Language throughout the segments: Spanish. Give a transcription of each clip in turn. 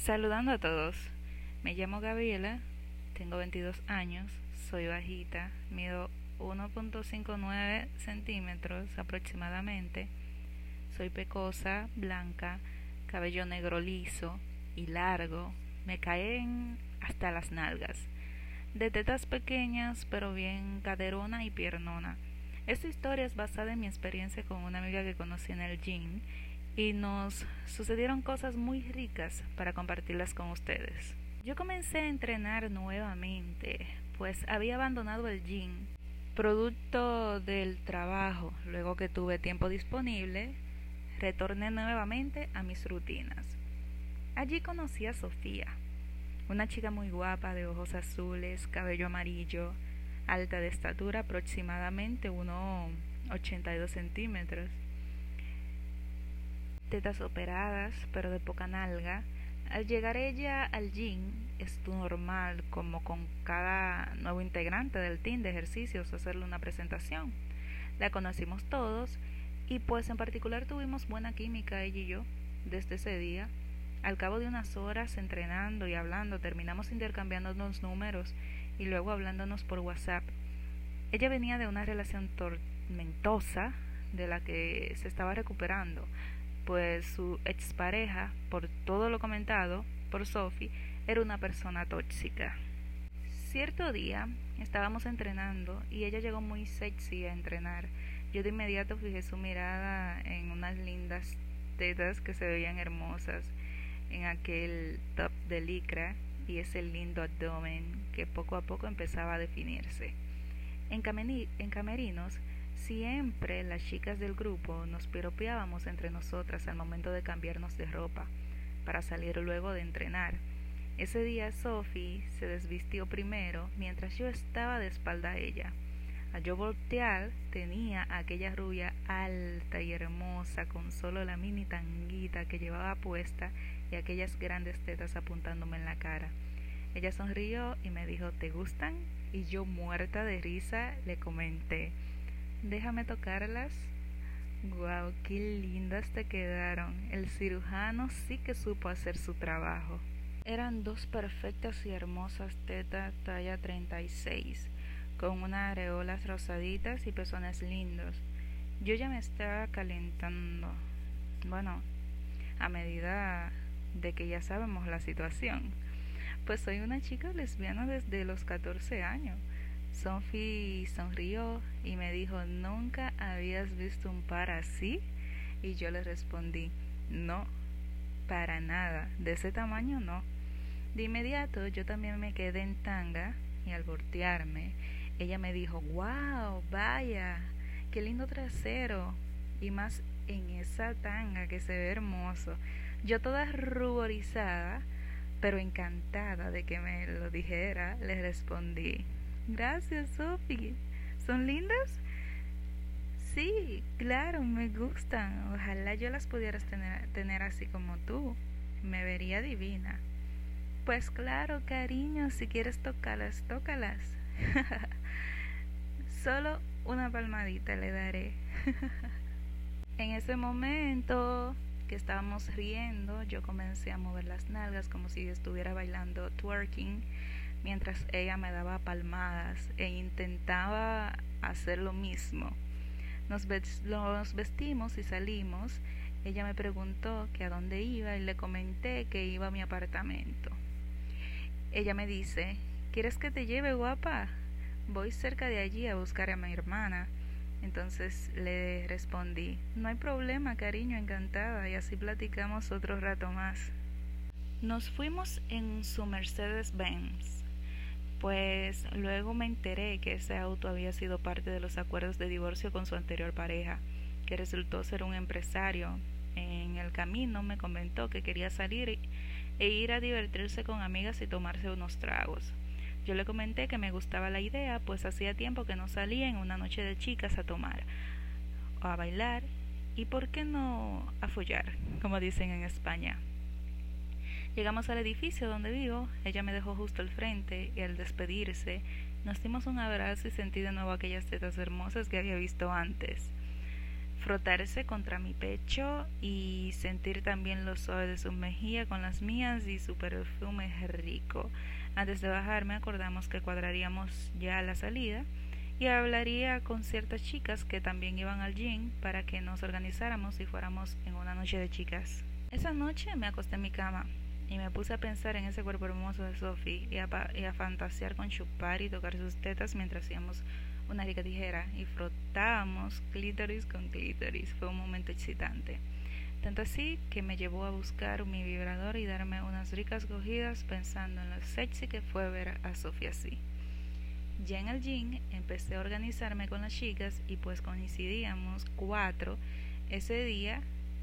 Saludando a todos. Me llamo Gabriela, tengo 22 años, soy bajita, mido 1.59 centímetros aproximadamente, soy pecosa, blanca, cabello negro liso y largo, me caen hasta las nalgas, de tetas pequeñas pero bien caderona y piernona. Esta historia es basada en mi experiencia con una amiga que conocí en el gym y nos sucedieron cosas muy ricas para compartirlas con ustedes. Yo comencé a entrenar nuevamente, pues había abandonado el gym, producto del trabajo. Luego que tuve tiempo disponible, retorné nuevamente a mis rutinas. Allí conocí a Sofía, una chica muy guapa de ojos azules, cabello amarillo, alta de estatura, aproximadamente 1,82 centímetros, tetas operadas pero de poca nalga. Al llegar ella al gym, es normal, como con cada nuevo integrante del team de ejercicios, hacerle una presentación. La conocimos todos y pues en particular tuvimos buena química ella y yo desde ese día. Al cabo de unas horas entrenando y hablando, terminamos intercambiándonos números y luego hablándonos por WhatsApp. Ella venía de una relación tormentosa de la que se estaba recuperando, pues su expareja, por todo lo comentado por Sophie, era una persona tóxica. Cierto día estábamos entrenando y ella llegó muy sexy a entrenar. Yo de inmediato fijé su mirada en unas lindas tetas que se veían hermosas, en aquel top de licra y ese lindo abdomen que poco a poco empezaba a definirse. En camerinos, siempre las chicas del grupo nos piropeábamos entre nosotras al momento de cambiarnos de ropa para salir luego de entrenar. Ese día Sophie se desvistió primero mientras yo estaba de espalda a ella. Al yo voltear tenía a aquella rubia alta y hermosa con solo la mini tanguita que llevaba puesta y aquellas grandes tetas apuntándome en la cara. Ella sonrió y me dijo: ¿te gustan? Y yo, muerta de risa, le comenté: déjame tocarlas. Guau, qué lindas te quedaron. El cirujano sí que supo hacer su trabajo. Eran dos perfectas y hermosas tetas talla 36, con unas areolas rosaditas y pezones lindos. Yo ya me estaba calentando. Bueno, a medida de que ya sabemos la situación. Pues soy una chica lesbiana desde los 14 años. Sophie sonrió y me dijo: ¿nunca habías visto un par así? Y yo le respondí: no, para nada, de ese tamaño no. De inmediato yo también me quedé en tanga y al voltearme, ella me dijo: wow, vaya, qué lindo trasero, y más en esa tanga que se ve hermoso. Yo toda ruborizada, pero encantada de que me lo dijera, le respondí: gracias, Sophie. ¿Son lindas? Sí, claro, me gustan. Ojalá yo las pudieras tener así como tú. Me vería divina. Pues claro, cariño, si quieres tócalas, tócalas. Solo una palmadita le daré. En ese momento que estábamos riendo, yo comencé a mover las nalgas como si estuviera bailando twerking, mientras ella me daba palmadas e intentaba hacer lo mismo. Nos vestimos y salimos. Ella me preguntó que a dónde iba y le comenté que iba a mi apartamento. Ella me dice: ¿quieres que te lleve, guapa? Voy cerca de allí a buscar a mi hermana. Entonces le respondí: no hay problema, cariño, encantada, y así platicamos otro rato más. Nos fuimos en su Mercedes-Benz. Pues luego me enteré que ese auto había sido parte de los acuerdos de divorcio con su anterior pareja, que resultó ser un empresario. En el camino me comentó que quería salir e ir a divertirse con amigas y tomarse unos tragos. Yo le comenté que me gustaba la idea, pues hacía tiempo que no salía en una noche de chicas a tomar o a bailar, y por qué no a follar, como dicen en España. Llegamos al edificio donde vivo, ella me dejó justo al frente y al despedirse nos dimos un abrazo y sentí de nuevo aquellas tetas hermosas que había visto antes. frotarse contra mi pecho y sentir también lo suave de su mejilla con las mías y su perfume rico. Antes de bajarme acordamos que cuadraríamos ya la salida y hablaría con ciertas chicas que también iban al gym para que nos organizáramos y fuéramos en una noche de chicas. Esa noche me acosté en mi cama y me puse a pensar en ese cuerpo hermoso de Sophie y a fantasear con chupar y tocar sus tetas mientras hacíamos una rica tijera y frotábamos clítoris con clítoris. Fue un momento excitante. Tanto así que me llevó a buscar mi vibrador y darme unas ricas cogidas pensando en lo sexy que fue ver a Sophie así. Ya en el gym empecé a organizarme con las chicas y pues coincidíamos 4 ese día,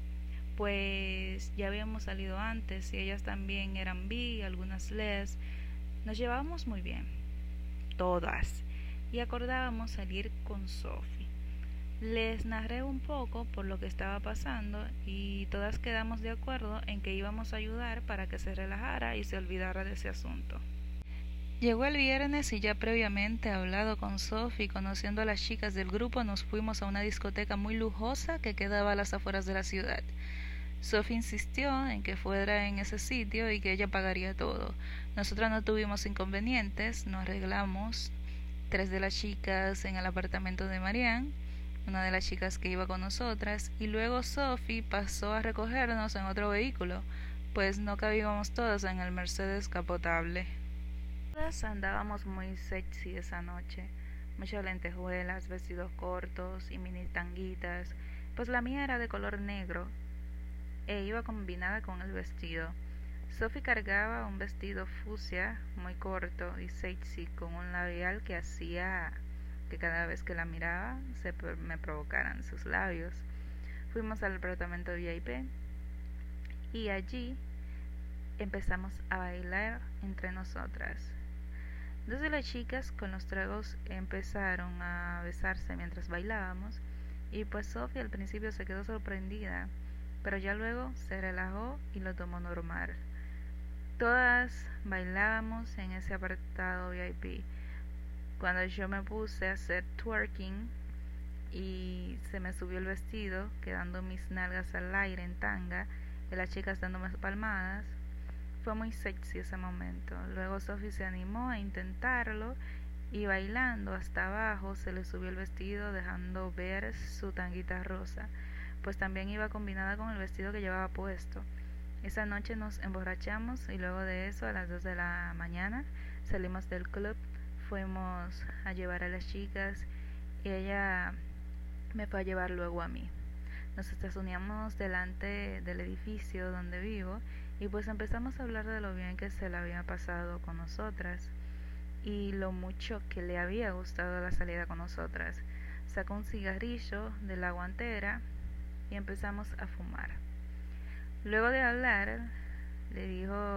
pues ya habíamos salido antes y ellas también eran bi, algunas les. Nos llevábamos muy bien, todas, y acordábamos salir con Sophie. Les narré un poco por lo que estaba pasando y todas quedamos de acuerdo en que íbamos a ayudar para que se relajara y se olvidara de ese asunto. Llegó el viernes y ya previamente hablado con Sophie y conociendo a las chicas del grupo nos fuimos a una discoteca muy lujosa que quedaba a las afueras de la ciudad. Sophie insistió en que fuera en ese sitio y que ella pagaría todo. Nosotras no tuvimos inconvenientes, nos arreglamos, 3 de las chicas en el apartamento de Marianne, una de las chicas que iba con nosotras, y luego Sophie pasó a recogernos en otro vehículo, pues no cabíamos todas en el Mercedes capotable. Todas andábamos muy sexy esa noche, muchas lentejuelas, vestidos cortos y mini tanguitas, pues la mía era de color negro e iba combinada con el vestido. Sophie cargaba un vestido fucsia muy corto y sexy con un labial que hacía que cada vez que la miraba me provocaran sus labios. Fuimos al apartamento VIP y allí empezamos a bailar entre nosotras. 2 de las chicas con los tragos empezaron a besarse mientras bailábamos y pues Sophie al principio se quedó sorprendida, pero ya luego se relajó y lo tomó normal. Todas bailábamos en ese apartado VIP. Cuando yo me puse a hacer twerking y se me subió el vestido, quedando mis nalgas al aire en tanga y las chicas dándome palmadas, fue muy sexy ese momento. Luego Sophie se animó a intentarlo y bailando hasta abajo se le subió el vestido dejando ver su tanguita rosa, pues también iba combinada con el vestido que llevaba puesto. Esa noche nos emborrachamos y luego de eso a las 2 de la mañana salimos del club, fuimos a llevar a las chicas y ella me fue a llevar luego a mí. Nos estacionamos delante del edificio donde vivo y pues empezamos a hablar de lo bien que se le había pasado con nosotras y lo mucho que le había gustado la salida con nosotras. Sacó un cigarrillo de la guantera y empezamos a fumar. Luego de hablar, le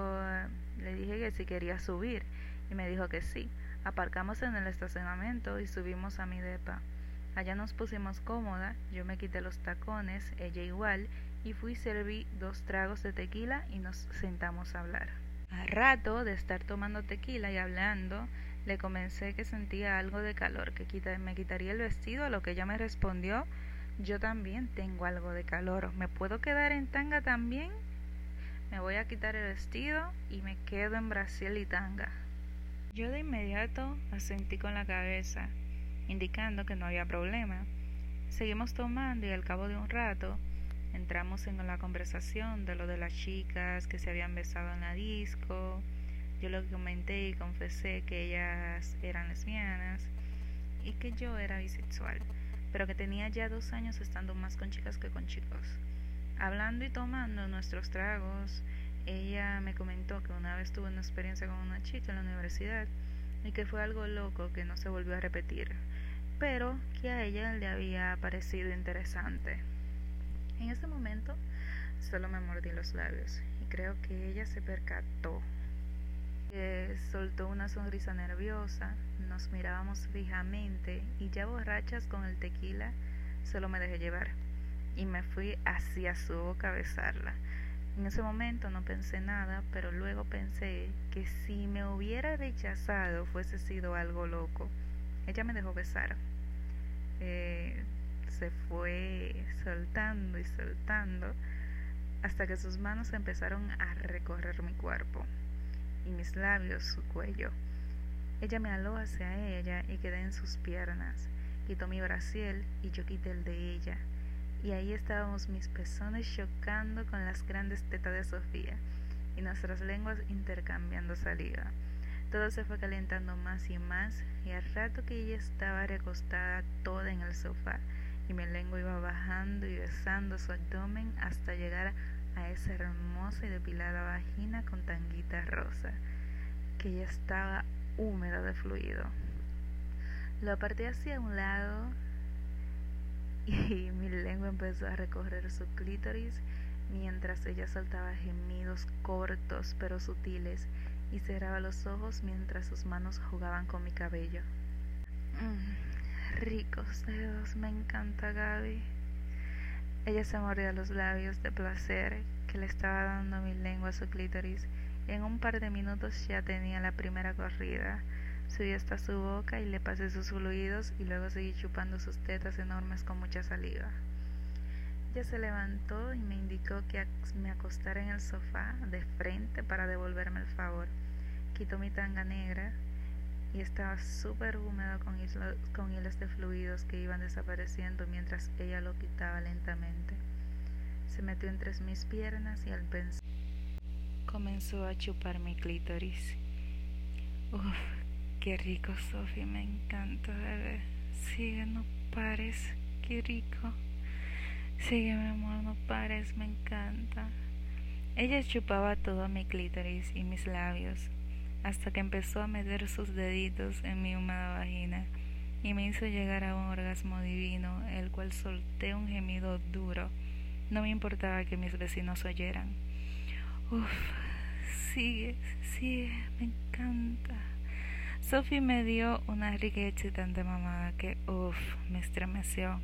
dije que si quería subir y me dijo que sí. Aparcamos en el estacionamiento y subimos a mi depa. Allá nos pusimos cómoda, yo me quité los tacones, ella igual, y fui y serví 2 tragos de tequila y nos sentamos a hablar. Al rato de estar tomando tequila y hablando, le comencé que sentía algo de calor, que me quitaría el vestido, a lo que ella me respondió: yo también tengo algo de calor, ¿me puedo quedar en tanga también? Me voy a quitar el vestido y me quedo en brasier y tanga. Yo de inmediato asentí con la cabeza, indicando que no había problema. Seguimos tomando y al cabo de un rato entramos en la conversación de lo de las chicas que se habían besado en la disco. Yo lo comenté y confesé que ellas eran lesbianas y que yo era bisexual, pero que tenía ya 2 años estando más con chicas que con chicos. Hablando y tomando nuestros tragos, ella me comentó que una vez tuvo una experiencia con una chica en la universidad y que fue algo loco que no se volvió a repetir, pero que a ella le había parecido interesante. En ese momento solo me mordí los labios y creo que ella se percató. Soltó una sonrisa nerviosa, nos mirábamos fijamente y ya borrachas con el tequila, solo me dejé llevar y me fui hacia su boca a besarla. En ese momento no pensé nada, pero luego pensé que si me hubiera rechazado fuese sido algo loco. Ella me dejó besar. se fue soltando y soltando hasta que sus manos empezaron a recorrer mi cuerpo y mis labios su cuello. Ella me aló hacia ella y quedé en sus piernas. Quitó mi brasier y yo quité el de ella. Y ahí estábamos mis pezones chocando con las grandes tetas de Sofía y nuestras lenguas intercambiando saliva. Todo se fue calentando más y más, y al rato que ella estaba recostada toda en el sofá y mi lengua iba bajando y besando su abdomen hasta llegar a esa hermosa y depilada vagina con tanguita rosa, que ya estaba húmeda de fluido. Lo aparté hacia un lado y mi lengua empezó a recorrer su clítoris mientras ella soltaba gemidos cortos pero sutiles y cerraba los ojos mientras sus manos jugaban con mi cabello. Ricos dedos, me encanta Gaby. Ella se mordía los labios de placer que le estaba dando mi lengua a su clítoris y en un par de minutos ya tenía la primera corrida. Subí hasta su boca y le pasé sus fluidos y luego seguí chupando sus tetas enormes con mucha saliva. Ella se levantó y me indicó que me acostara en el sofá de frente para devolverme el favor. Quitó mi tanga negra y estaba súper húmedo con hilos de fluidos que iban desapareciendo mientras ella lo quitaba lentamente. Se metió entre mis piernas y al pensar comenzó a chupar mi clítoris. Uf, qué rico, Sophie, me encanta, bebé. Sigue, no pares, qué rico. Sigue, mi amor, no pares, me encanta. Ella chupaba todo mi clítoris y mis labios, hasta que empezó a meter sus deditos en mi húmeda vagina y me hizo llegar a un orgasmo divino, el cual solté un gemido duro. No me importaba que mis vecinos oyeran. Uf, sigue, me encanta. Sophie me dio una rica y excitante mamada que, me estremeció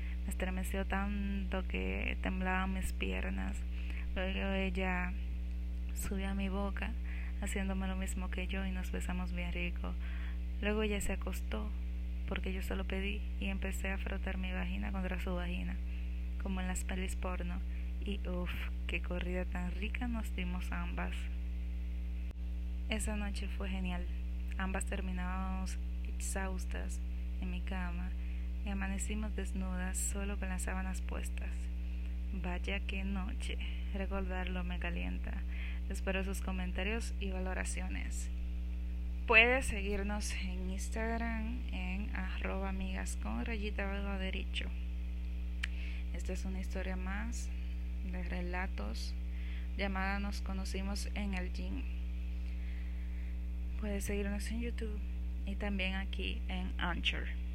tanto que temblaban mis piernas. Luego ella subió a mi boca, haciéndome lo mismo que yo, y nos besamos bien rico. Luego ella se acostó, porque yo se lo pedí, y empecé a frotar mi vagina contra su vagina, como en las pelis porno, y qué corrida tan rica nos dimos ambas. Esa noche fue genial. Ambas terminábamos exhaustas en mi cama y amanecimos desnudas solo con las sábanas puestas. Vaya qué noche, recordarlo me calienta. Espero sus comentarios y valoraciones. Puedes seguirnos en Instagram en @amigasconrayitabelgoderecho. Esta es una historia más de relatos llamada Nos conocimos en el gym. Puedes seguirnos en YouTube y también aquí en Anchor.